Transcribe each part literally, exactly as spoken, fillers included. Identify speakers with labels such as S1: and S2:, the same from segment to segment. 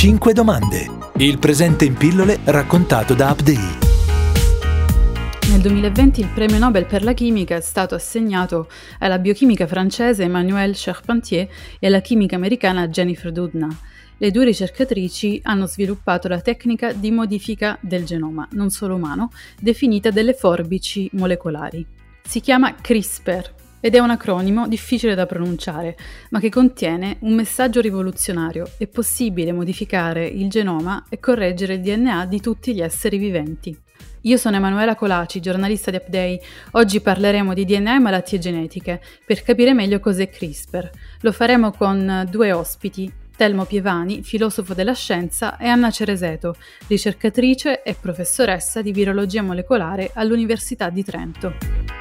S1: cinque domande. Il presente in pillole raccontato da Update.
S2: Nel duemilaventi il premio Nobel per la chimica è stato assegnato alla biochimica francese Emmanuelle Charpentier e alla chimica americana Jennifer Doudna. Le due ricercatrici hanno sviluppato la tecnica di modifica del genoma, non solo umano, definita delle forbici molecolari. Si chiama CRISPR ed è un acronimo difficile da pronunciare, ma che contiene un messaggio rivoluzionario. È possibile modificare il genoma e correggere il D N A di tutti gli esseri viventi. Io sono Emanuela Colaci, giornalista di Update. Oggi parleremo di D N A e malattie genetiche per capire meglio cos'è CRISPR. Lo faremo con due ospiti, Telmo Pievani, filosofo della scienza, e Anna Cereseto, ricercatrice e professoressa di virologia molecolare all'Università di Trento.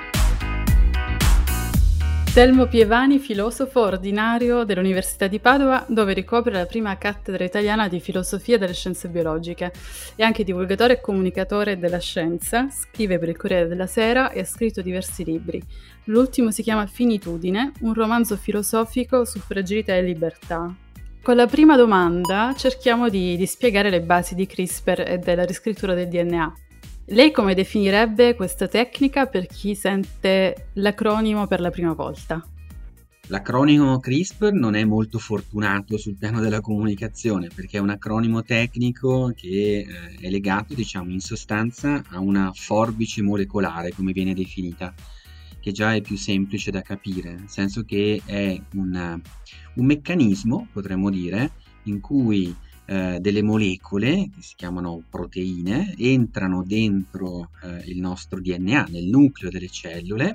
S2: Telmo Pievani, filosofo ordinario dell'Università di Padova, dove ricopre la prima cattedra italiana di filosofia delle scienze biologiche. È anche divulgatore e comunicatore della scienza, scrive per il Corriere della Sera e ha scritto diversi libri. L'ultimo si chiama Finitudine, un romanzo filosofico su fragilità e libertà. Con la prima domanda cerchiamo di, di spiegare le basi di CRISPR e della riscrittura del D N A. Lei come definirebbe questa tecnica per chi sente l'acronimo per la prima volta?
S3: L'acronimo CRISPR non è molto fortunato sul piano della comunicazione, perché è un acronimo tecnico che eh, è legato, diciamo, in sostanza a una forbice molecolare, come viene definita, che già è più semplice da capire, nel senso che è una, un meccanismo, potremmo dire, in cui eh, delle molecole, che si chiamano proteine, entrano dentro eh, il nostro D N A, nel nucleo delle cellule,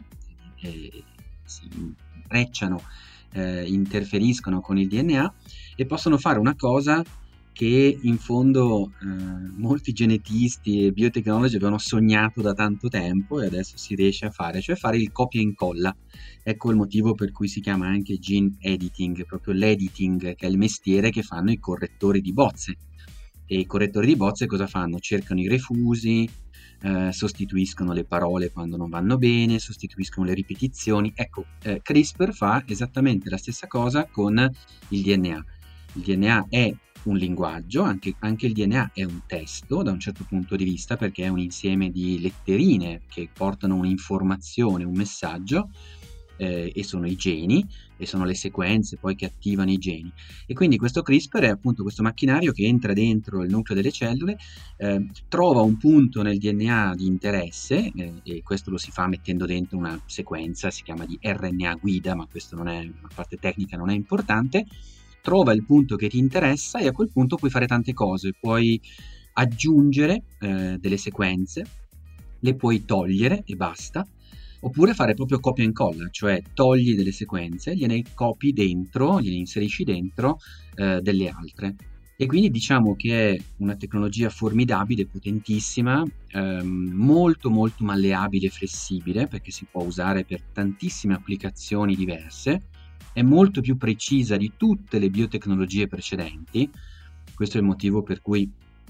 S3: e si intrecciano, eh, interferiscono con il D N A e possono fare una cosa che in fondo eh, molti genetisti e biotecnologi avevano sognato da tanto tempo e adesso si riesce a fare, cioè fare il copia e incolla. Ecco il motivo per cui si chiama anche gene editing, proprio l'editing, che è il mestiere che fanno i correttori di bozze. E i correttori di bozze cosa fanno? Cercano i refusi, eh, sostituiscono le parole quando non vanno bene, sostituiscono le ripetizioni. Ecco, eh, CRISPR fa esattamente la stessa cosa con il D N A. Il D N A è un linguaggio, anche, anche il D N A è un testo da un certo punto di vista, perché è un insieme di letterine che portano un'informazione, un messaggio, eh, e sono i geni, e sono le sequenze poi che attivano i geni. E quindi questo CRISPR è appunto questo macchinario che entra dentro il nucleo delle cellule, eh, trova un punto nel D N A di interesse, eh, e questo lo si fa mettendo dentro una sequenza, si chiama di R N A guida, ma questo non è, la parte tecnica non è importante. Trova il punto che ti interessa e a quel punto puoi fare tante cose, puoi aggiungere eh, delle sequenze, le puoi togliere e basta, oppure fare proprio copia e incolla, cioè togli delle sequenze, gliene copi dentro, gliene inserisci dentro eh, delle altre. E quindi diciamo che è una tecnologia formidabile, potentissima, ehm, molto molto malleabile e flessibile, perché si può usare per tantissime applicazioni diverse. È molto più precisa di tutte le biotecnologie precedenti. Questo è il motivo per cui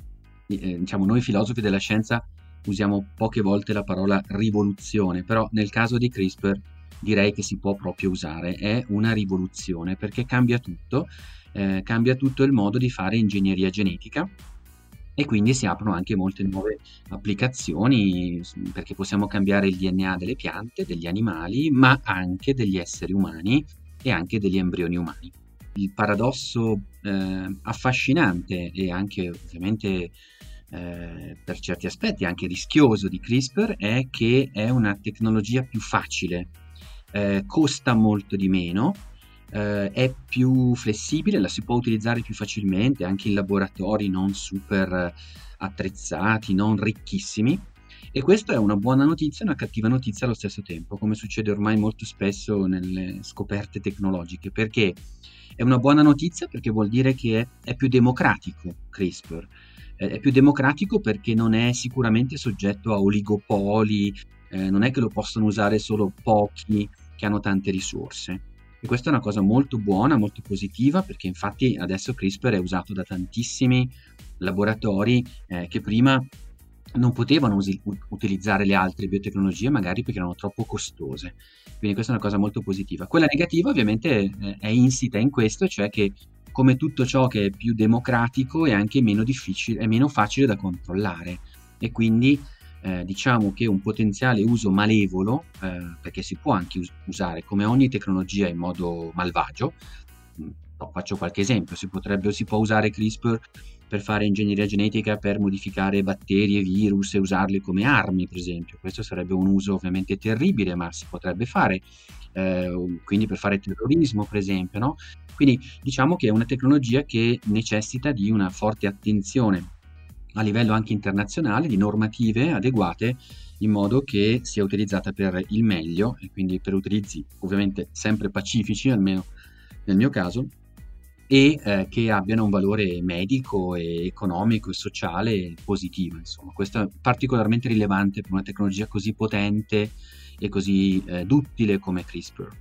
S3: eh, diciamo, noi filosofi della scienza usiamo poche volte la parola rivoluzione, però nel caso di CRISPR direi che si può proprio usare. È una rivoluzione perché cambia tutto, eh, cambia tutto il modo di fare ingegneria genetica, e quindi si aprono anche molte nuove applicazioni, perché possiamo cambiare il D N A delle piante, degli animali, ma anche degli esseri umani e anche degli embrioni umani. Il paradosso eh, affascinante e anche ovviamente eh, per certi aspetti anche rischioso di CRISPR è che è una tecnologia più facile, eh, costa molto di meno, eh, è più flessibile, la si può utilizzare più facilmente anche in laboratori non super attrezzati, non ricchissimi. E questa è una buona notizia e una cattiva notizia allo stesso tempo, come succede ormai molto spesso nelle scoperte tecnologiche, perché è una buona notizia perché vuol dire che è, è più democratico CRISPR, è, è più democratico perché non è sicuramente soggetto a oligopoli, eh, non è che lo possono usare solo pochi che hanno tante risorse. E questa è una cosa molto buona, molto positiva, perché infatti adesso CRISPR è usato da tantissimi laboratori eh, che prima non potevano usi- utilizzare le altre biotecnologie magari perché erano troppo costose. Quindi questa è una cosa molto positiva. Quella negativa ovviamente eh, è insita in questo, cioè che come tutto ciò che è più democratico è anche meno difficile, è meno facile da controllare, e quindi eh, diciamo che un potenziale uso malevolo, eh, perché si può anche us- usare come ogni tecnologia in modo malvagio. Mm, no, faccio qualche esempio: si potrebbe, si può usare CRISPR per fare ingegneria genetica, per modificare batteri e virus e usarli come armi, per esempio. Questo sarebbe un uso ovviamente terribile, ma si potrebbe fare, eh, quindi per fare terrorismo, per esempio, no? Quindi diciamo che è una tecnologia che necessita di una forte attenzione a livello anche internazionale, di normative adeguate, in modo che sia utilizzata per il meglio, e quindi per utilizzi ovviamente sempre pacifici, almeno nel mio caso, e eh, che abbiano un valore medico e economico e sociale positivo. Insomma, questo è particolarmente rilevante per una tecnologia così potente e così eh, duttile come CRISPR.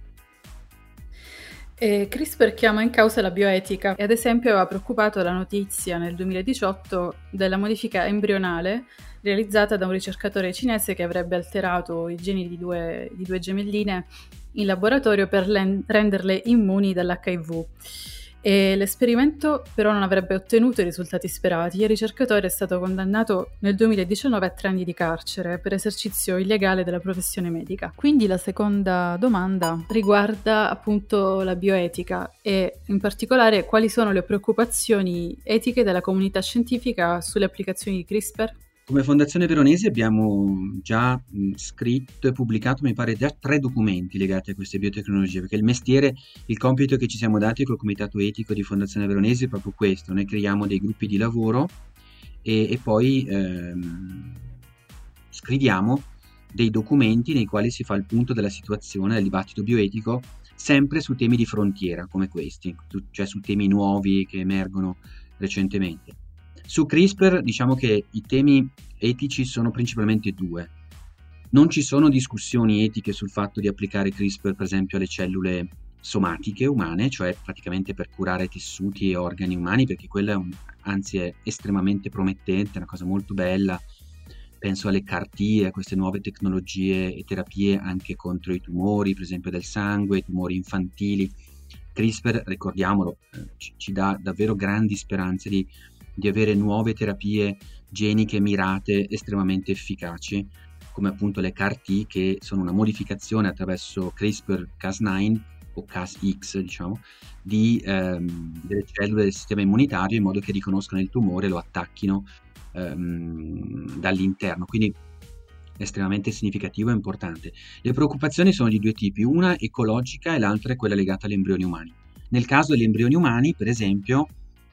S2: E CRISPR chiama in causa la bioetica e ad esempio aveva preoccupato la notizia nel duemiladiciotto della modifica embrionale realizzata da un ricercatore cinese che avrebbe alterato i geni di due, di due gemelline in laboratorio per len- renderle immuni dall'H I V. E l'esperimento però non avrebbe ottenuto i risultati sperati e il ricercatore è stato condannato nel duemiladiciannove a tre anni di carcere per esercizio illegale della professione medica. Quindi la seconda domanda riguarda appunto la bioetica e in particolare quali sono le preoccupazioni etiche della comunità scientifica sulle applicazioni di CRISPR?
S3: Come Fondazione Veronesi abbiamo già mh, scritto e pubblicato, mi pare, già tre documenti legati a queste biotecnologie, perché il mestiere, il compito che ci siamo dati col Comitato Etico di Fondazione Veronesi è proprio questo: noi creiamo dei gruppi di lavoro e, e poi ehm, scriviamo dei documenti nei quali si fa il punto della situazione del dibattito bioetico, sempre su temi di frontiera come questi, tu- cioè su temi nuovi che emergono recentemente. Su CRISPR diciamo che i temi etici sono principalmente due. Non ci sono discussioni etiche sul fatto di applicare CRISPR, per esempio, alle cellule somatiche umane, cioè praticamente per curare tessuti e organi umani, perché quella è un, anzi è estremamente promettente, è una cosa molto bella. Penso alle C A R T, a queste nuove tecnologie e terapie anche contro i tumori, per esempio del sangue, i tumori infantili. CRISPR, ricordiamolo, eh, ci, ci dà davvero grandi speranze di di avere nuove terapie geniche mirate estremamente efficaci, come appunto le C A R T, che sono una modificazione attraverso CRISPR Cas nove o Cas X, diciamo, di ehm, delle cellule del sistema immunitario, in modo che riconoscano il tumore e lo attacchino ehm, dall'interno. Quindi estremamente significativo e importante. Le preoccupazioni sono di due tipi: una ecologica e l'altra è quella legata agli embrioni umani. Nel caso degli embrioni umani, per esempio,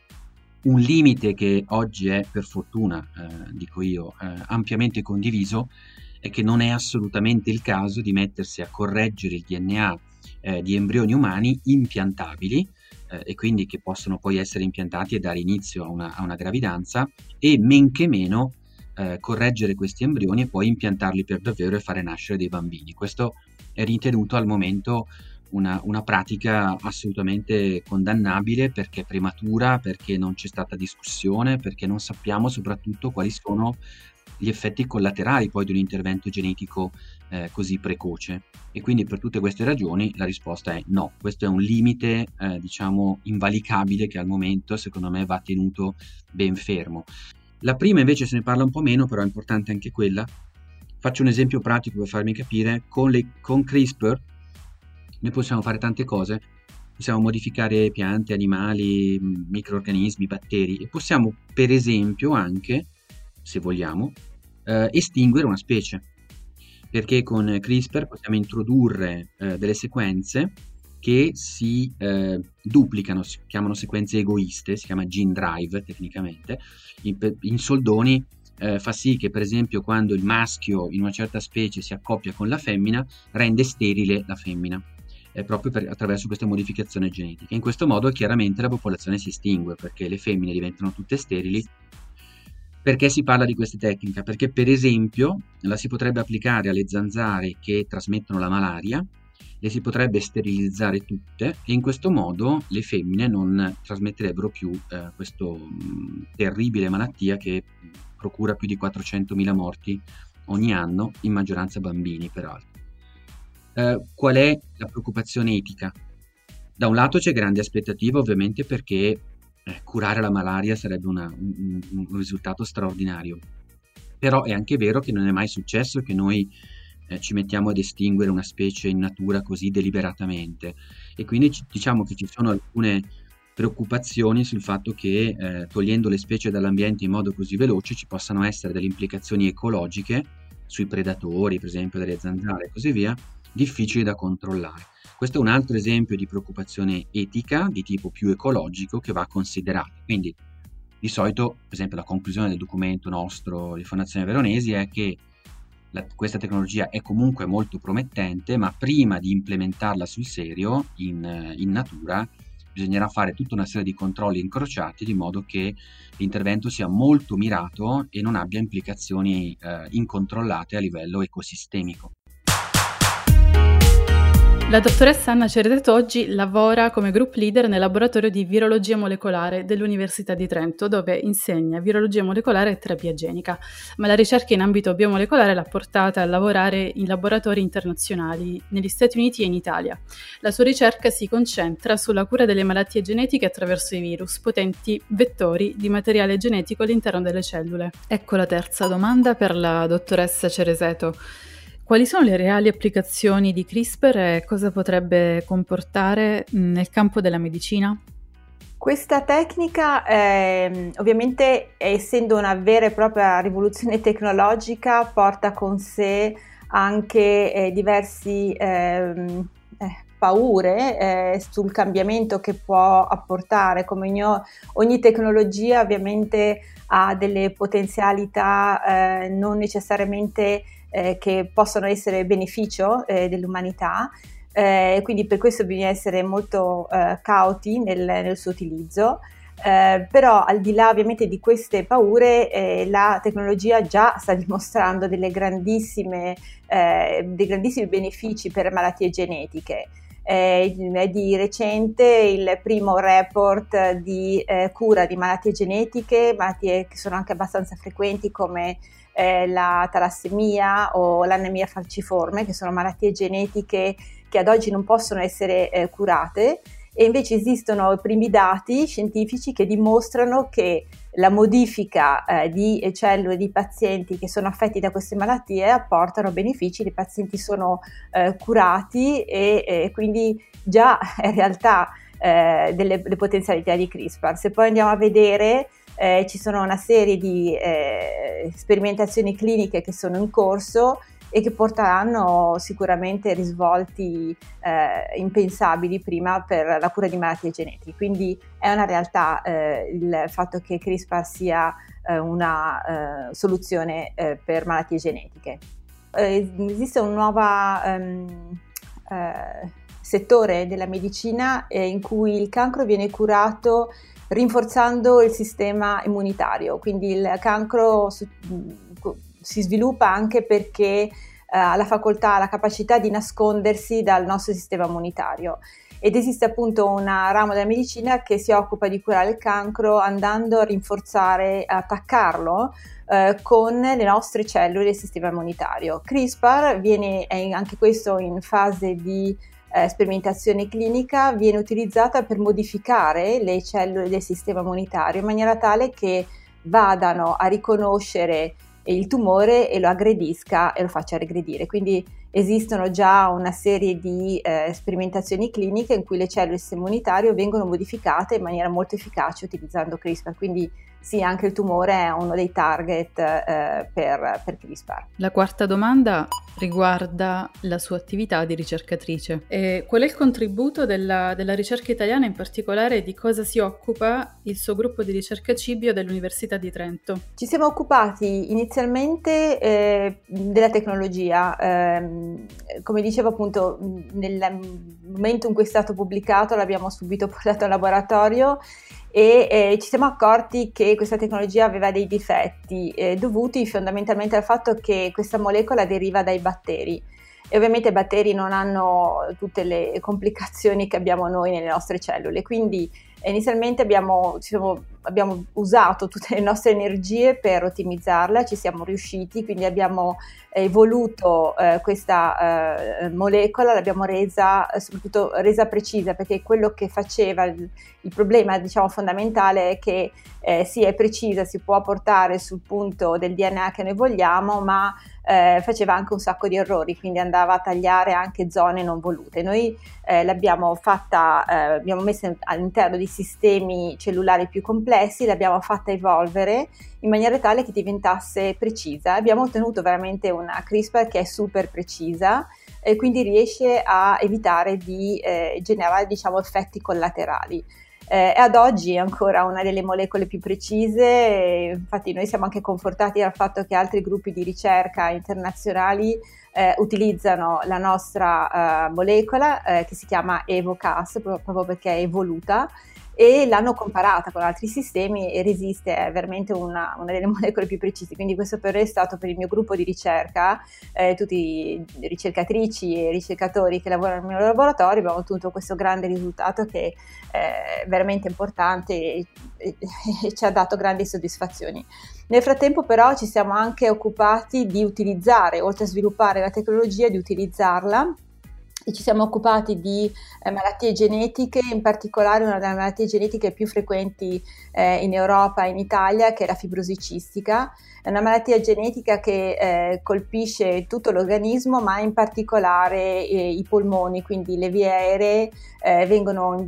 S3: un limite che oggi è, per fortuna, eh, dico io, eh, ampiamente condiviso, è che non è assolutamente il caso di mettersi a correggere il D N A eh, di embrioni umani impiantabili, eh, e quindi che possono poi essere impiantati e dare inizio a una, a una gravidanza, e men che meno eh, correggere questi embrioni e poi impiantarli per davvero e fare nascere dei bambini. Questo è ritenuto al momento Una, una pratica assolutamente condannabile, perché prematura, perché non c'è stata discussione, perché non sappiamo soprattutto quali sono gli effetti collaterali poi di un intervento genetico eh, così precoce. E quindi per tutte queste ragioni la risposta è no. Questo è un limite eh, diciamo invalicabile, che al momento secondo me va tenuto ben fermo. La prima invece se ne parla un po' meno, però è importante anche quella. Faccio un esempio pratico per farmi capire: con, le, con CRISPR noi possiamo fare tante cose, possiamo modificare piante, animali, microrganismi, batteri, e possiamo per esempio anche, se vogliamo, eh, estinguere una specie, perché con CRISPR possiamo introdurre eh, delle sequenze che si eh, duplicano, si chiamano sequenze egoiste, si chiama gene drive tecnicamente, in, in soldoni. Eh, fa sì che per esempio quando il maschio in una certa specie si accoppia con la femmina, rende sterile la femmina, eh, proprio per, attraverso questa modificazione genetica. In questo modo chiaramente la popolazione si estingue, perché le femmine diventano tutte sterili. Perché si parla di questa tecnica? Perché per esempio la si potrebbe applicare alle zanzare che trasmettono la malaria, le si potrebbe sterilizzare tutte, e in questo modo le femmine non trasmetterebbero più eh, questa terribile malattia che procura più di quattrocentomila morti ogni anno, in maggioranza bambini peraltro. Eh, qual è la preoccupazione etica? Da un lato c'è grande aspettativa ovviamente perché eh, curare la malaria sarebbe una- un, un- un risultato straordinario, però è anche vero che non è mai successo che noi eh, ci mettiamo ad estinguere una specie in natura così deliberatamente e quindi ci- diciamo che ci sono alcune preoccupazioni sul fatto che eh, togliendo le specie dall'ambiente in modo così veloce ci possano essere delle implicazioni ecologiche sui predatori, per esempio delle zanzare e così via, difficili da controllare. Questo è un altro esempio di preoccupazione etica di tipo più ecologico che va considerato. Quindi, di solito, per esempio, la conclusione del documento nostro di Fondazione Veronesi è che la- questa tecnologia è comunque molto promettente, ma prima di implementarla sul serio in, eh, in natura bisognerà fare tutta una serie di controlli incrociati di modo che l'intervento sia molto mirato e non abbia implicazioni eh, incontrollate a livello ecosistemico.
S2: La dottoressa Anna Ceredet oggi lavora come group leader nel laboratorio di virologia molecolare dell'Università di Trento, dove insegna virologia molecolare e terapia genica, ma la ricerca in ambito biomolecolare l'ha portata a lavorare in laboratori internazionali negli Stati Uniti e in Italia. La sua ricerca si concentra sulla cura delle malattie genetiche attraverso i virus, potenti vettori di materiale genetico all'interno delle cellule. Ecco la terza domanda per la dottoressa Cereseto. Quali sono le reali applicazioni di CRISPR e cosa potrebbe comportare mh, nel campo della medicina?
S4: Questa tecnica, ehm, ovviamente, essendo una vera e propria rivoluzione tecnologica, porta con sé anche eh, diversi ehm, eh, paure eh, sul cambiamento che può apportare. Come ogni, ogni tecnologia ovviamente ha delle potenzialità eh, non necessariamente eh, che possono essere beneficio eh, dell'umanità. Eh, quindi per questo bisogna essere molto eh, cauti nel, nel suo utilizzo, eh, però al di là ovviamente di queste paure eh, la tecnologia già sta dimostrando delle grandissime, eh, dei grandissimi benefici per malattie genetiche. Eh, è di recente il primo report di eh, cura di malattie genetiche, malattie che sono anche abbastanza frequenti come eh, la talassemia o l'anemia falciforme, che sono malattie genetiche che ad oggi non possono essere eh, curate, e invece esistono i primi dati scientifici che dimostrano che la modifica eh, di cellule di pazienti che sono affetti da queste malattie apportano benefici, i pazienti sono eh, curati e, e quindi già in realtà eh, delle, delle potenzialità di CRISPR. Se poi andiamo a vedere, eh, ci sono una serie di eh, sperimentazioni cliniche che sono in corso e che porteranno sicuramente risvolti eh, impensabili prima per la cura di malattie genetiche. Quindi è una realtà eh, il fatto che CRISPR sia eh, una eh, soluzione eh, per malattie genetiche. Eh, esiste un nuovo um, eh, settore della medicina eh, in cui il cancro viene curato rinforzando il sistema immunitario, quindi il cancro su, si sviluppa anche perché ha uh, la facoltà, la capacità di nascondersi dal nostro sistema immunitario, ed esiste appunto una ramo della medicina che si occupa di curare il cancro andando a rinforzare, a attaccarlo uh, con le nostre cellule del sistema immunitario. CRISPR viene, è anche questo in fase di eh, sperimentazione clinica, viene utilizzata per modificare le cellule del sistema immunitario in maniera tale che vadano a riconoscere il tumore e lo aggredisca e lo faccia regredire. Quindi esistono già una serie di eh, sperimentazioni cliniche in cui le cellule del sistema immunitario vengono modificate in maniera molto efficace utilizzando CRISPR. Quindi sì, anche il tumore è uno dei target eh, per, per CRISPR.
S2: La quarta domanda riguarda la sua attività di ricercatrice. E qual è il contributo della, della ricerca italiana, in particolare di cosa si occupa il suo gruppo di ricerca Cibio dell'Università di Trento?
S4: Ci siamo occupati inizialmente eh, della tecnologia, eh, come dicevo appunto nel momento in cui è stato pubblicato l'abbiamo subito portato al laboratorio e eh, ci siamo accorti che questa tecnologia aveva dei difetti eh, dovuti fondamentalmente al fatto che questa molecola deriva dai batteri e ovviamente i batteri non hanno tutte le complicazioni che abbiamo noi nelle nostre cellule, quindi inizialmente abbiamo, diciamo, abbiamo usato tutte le nostre energie per ottimizzarla, ci siamo riusciti, quindi abbiamo evoluto eh, questa eh, molecola, l'abbiamo resa soprattutto resa precisa, perché quello che faceva il, il problema, diciamo, fondamentale è che eh, sì, è precisa, si può portare sul punto del D N A che noi vogliamo, ma eh, faceva anche un sacco di errori, quindi andava a tagliare anche zone non volute. Noi eh, l'abbiamo fatta, eh, abbiamo messo all'interno di sistemi cellulari più complessi, l'abbiamo fatta evolvere in maniera tale che diventasse precisa. Abbiamo ottenuto veramente una CRISPR che è super precisa e quindi riesce a evitare di eh, generare, diciamo, effetti collaterali. Eh, e ad oggi è ancora una delle molecole più precise, e infatti noi siamo anche confortati dal fatto che altri gruppi di ricerca internazionali eh, utilizzano la nostra eh, molecola eh, che si chiama EvoCas, proprio perché è evoluta, e l'hanno comparata con altri sistemi e resiste, è veramente una, una delle molecole più precise. Quindi questo per me è stato, per il mio gruppo di ricerca, eh, tutti i ricercatrici e ricercatori che lavorano nel mio laboratorio, abbiamo ottenuto questo grande risultato che è veramente importante e, e, e ci ha dato grandi soddisfazioni. Nel frattempo però ci siamo anche occupati di utilizzare, oltre a sviluppare la tecnologia, di utilizzarla, e ci siamo occupati di eh, malattie genetiche, in particolare una delle malattie genetiche più frequenti eh, in Europa e in Italia, che è la fibrosi cistica. È una malattia genetica che eh, colpisce tutto l'organismo, ma in particolare eh, i polmoni, quindi le vie aeree eh, vengono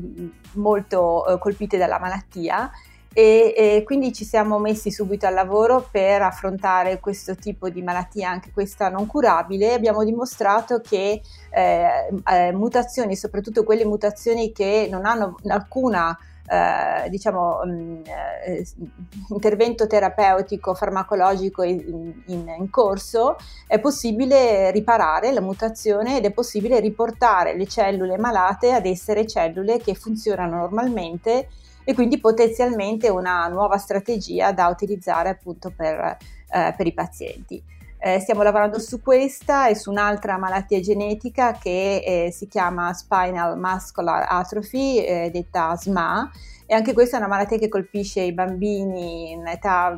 S4: molto eh, colpite dalla malattia. E, e quindi ci siamo messi subito al lavoro per affrontare questo tipo di malattia, anche questa non curabile. Abbiamo dimostrato che eh, eh, mutazioni, soprattutto quelle mutazioni che non hanno alcuna eh, diciamo mh, eh, intervento terapeutico farmacologico in, in, in corso, è possibile riparare la mutazione ed è possibile riportare le cellule malate ad essere cellule che funzionano normalmente, e quindi potenzialmente una nuova strategia da utilizzare appunto per, eh, per i pazienti. Eh, stiamo lavorando su questa e su un'altra malattia genetica che eh, si chiama Spinal Muscular Atrophy, eh, detta S M A, e anche questa è una malattia che colpisce i bambini in età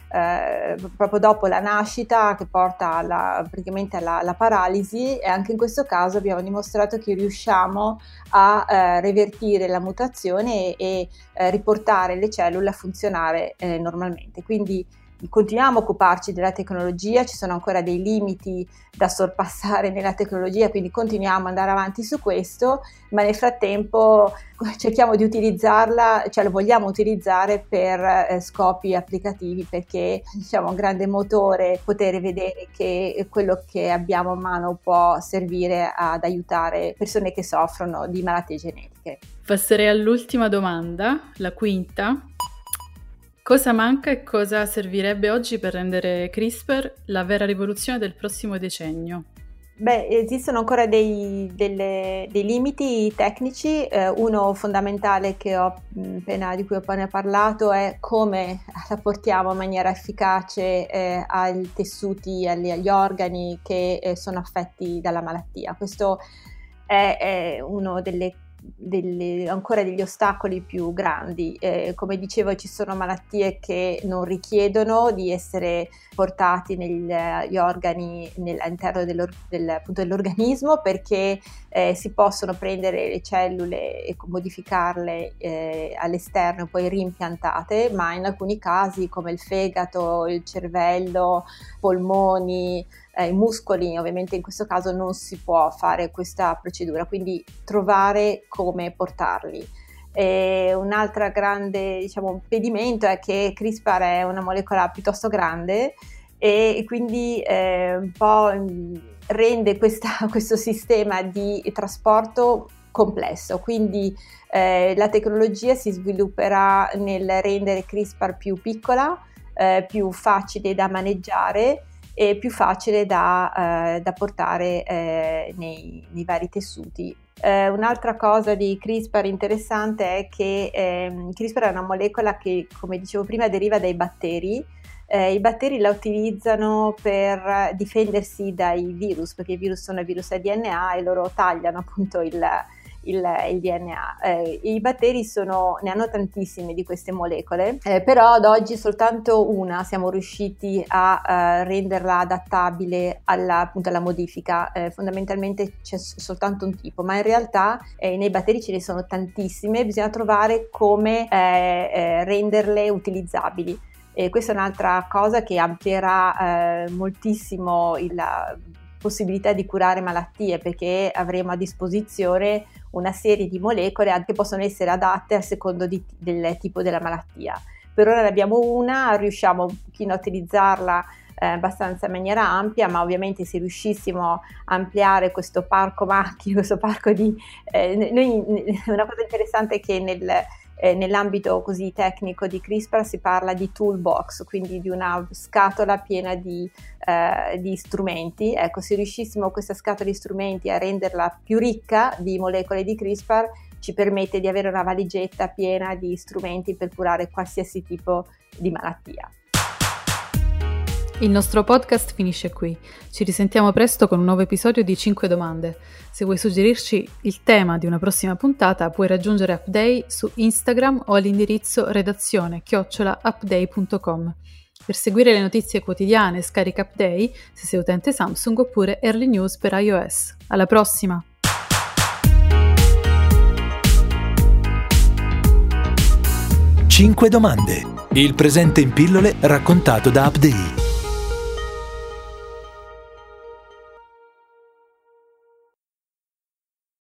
S4: Eh, proprio dopo la nascita, che porta alla, praticamente alla, alla paralisi, e anche in questo caso abbiamo dimostrato che riusciamo a eh, revertire la mutazione e, e eh, riportare le cellule a funzionare eh, normalmente. Quindi continuiamo a occuparci della tecnologia, ci sono ancora dei limiti da sorpassare nella tecnologia, quindi continuiamo ad andare avanti su questo, ma nel frattempo cerchiamo di utilizzarla, cioè lo vogliamo utilizzare per eh, scopi applicativi, perché diciamo un grande motore poter vedere che quello che abbiamo a mano può servire ad aiutare persone che soffrono di malattie genetiche.
S2: Passerei all'ultima domanda, la quinta. Cosa manca e cosa servirebbe oggi per rendere CRISPR la vera rivoluzione del prossimo decennio?
S4: Beh, esistono ancora dei, delle, dei limiti tecnici. Eh, uno fondamentale che ho appena, di cui ho appena parlato è come la portiamo in maniera efficace eh, ai tessuti, agli, agli organi che eh, sono affetti dalla malattia. Questo è, è uno delle Delle, ancora degli ostacoli più grandi. Eh, come dicevo, ci sono malattie che non richiedono di essere portati negli organi all'interno del, del, appunto, dell'organismo, perché eh, si possono prendere le cellule e modificarle eh, all'esterno e poi rimpiantate, ma in alcuni casi, come il fegato, il cervello, polmoni, Eh, i muscoli, ovviamente in questo caso non si può fare questa procedura, quindi trovare come portarli. E un'altra grande, diciamo, impedimento è che CRISPR è una molecola piuttosto grande e quindi eh, un po' rende questa, questo sistema di trasporto complesso, quindi eh, la tecnologia si svilupperà nel rendere CRISPR più piccola, eh, più facile da maneggiare e più facile da, eh, da portare eh, nei, nei vari tessuti. Eh, un'altra cosa di CRISPR interessante è che eh, CRISPR è una molecola che, come dicevo prima, deriva dai batteri, Eh, I batteri la utilizzano per difendersi dai virus, perché i virus sono virus a D N A e loro tagliano appunto il, il, il D N A. Eh, I batteri sono, ne hanno tantissime di queste molecole, eh, però ad oggi soltanto una siamo riusciti a uh, renderla adattabile alla, appunto, alla modifica. Eh, fondamentalmente c'è s- soltanto un tipo, ma in realtà eh, nei batteri ce ne sono tantissime, bisogna trovare come eh, eh, renderle utilizzabili. E questa è un'altra cosa che amplierà eh, moltissimo il, la possibilità di curare malattie, perché avremo a disposizione una serie di molecole che possono essere adatte a secondo di, del tipo della malattia. Per ora ne abbiamo una, riusciamo un pochino a utilizzarla eh, abbastanza in maniera ampia, ma ovviamente se riuscissimo a ampliare questo parco macchine, questo parco di... Eh, noi, una cosa interessante è che nel... Eh, nell'ambito così tecnico di CRISPR si parla di toolbox, quindi di una scatola piena di, eh, di strumenti. Ecco, se riuscissimo questa scatola di strumenti a renderla più ricca di molecole di CRISPR, ci permette di avere una valigetta piena di strumenti per curare qualsiasi tipo di malattia.
S2: Il nostro podcast finisce qui. Ci risentiamo presto con un nuovo episodio di cinque domande. Se vuoi suggerirci il tema di una prossima puntata, puoi raggiungere Upday su Instagram o all'indirizzo redazione chiocciola upday punto com. Per seguire le notizie quotidiane scarica Upday se sei utente Samsung oppure Early News per iOS. Alla prossima!
S1: cinque domande. Il presente in pillole raccontato da Upday.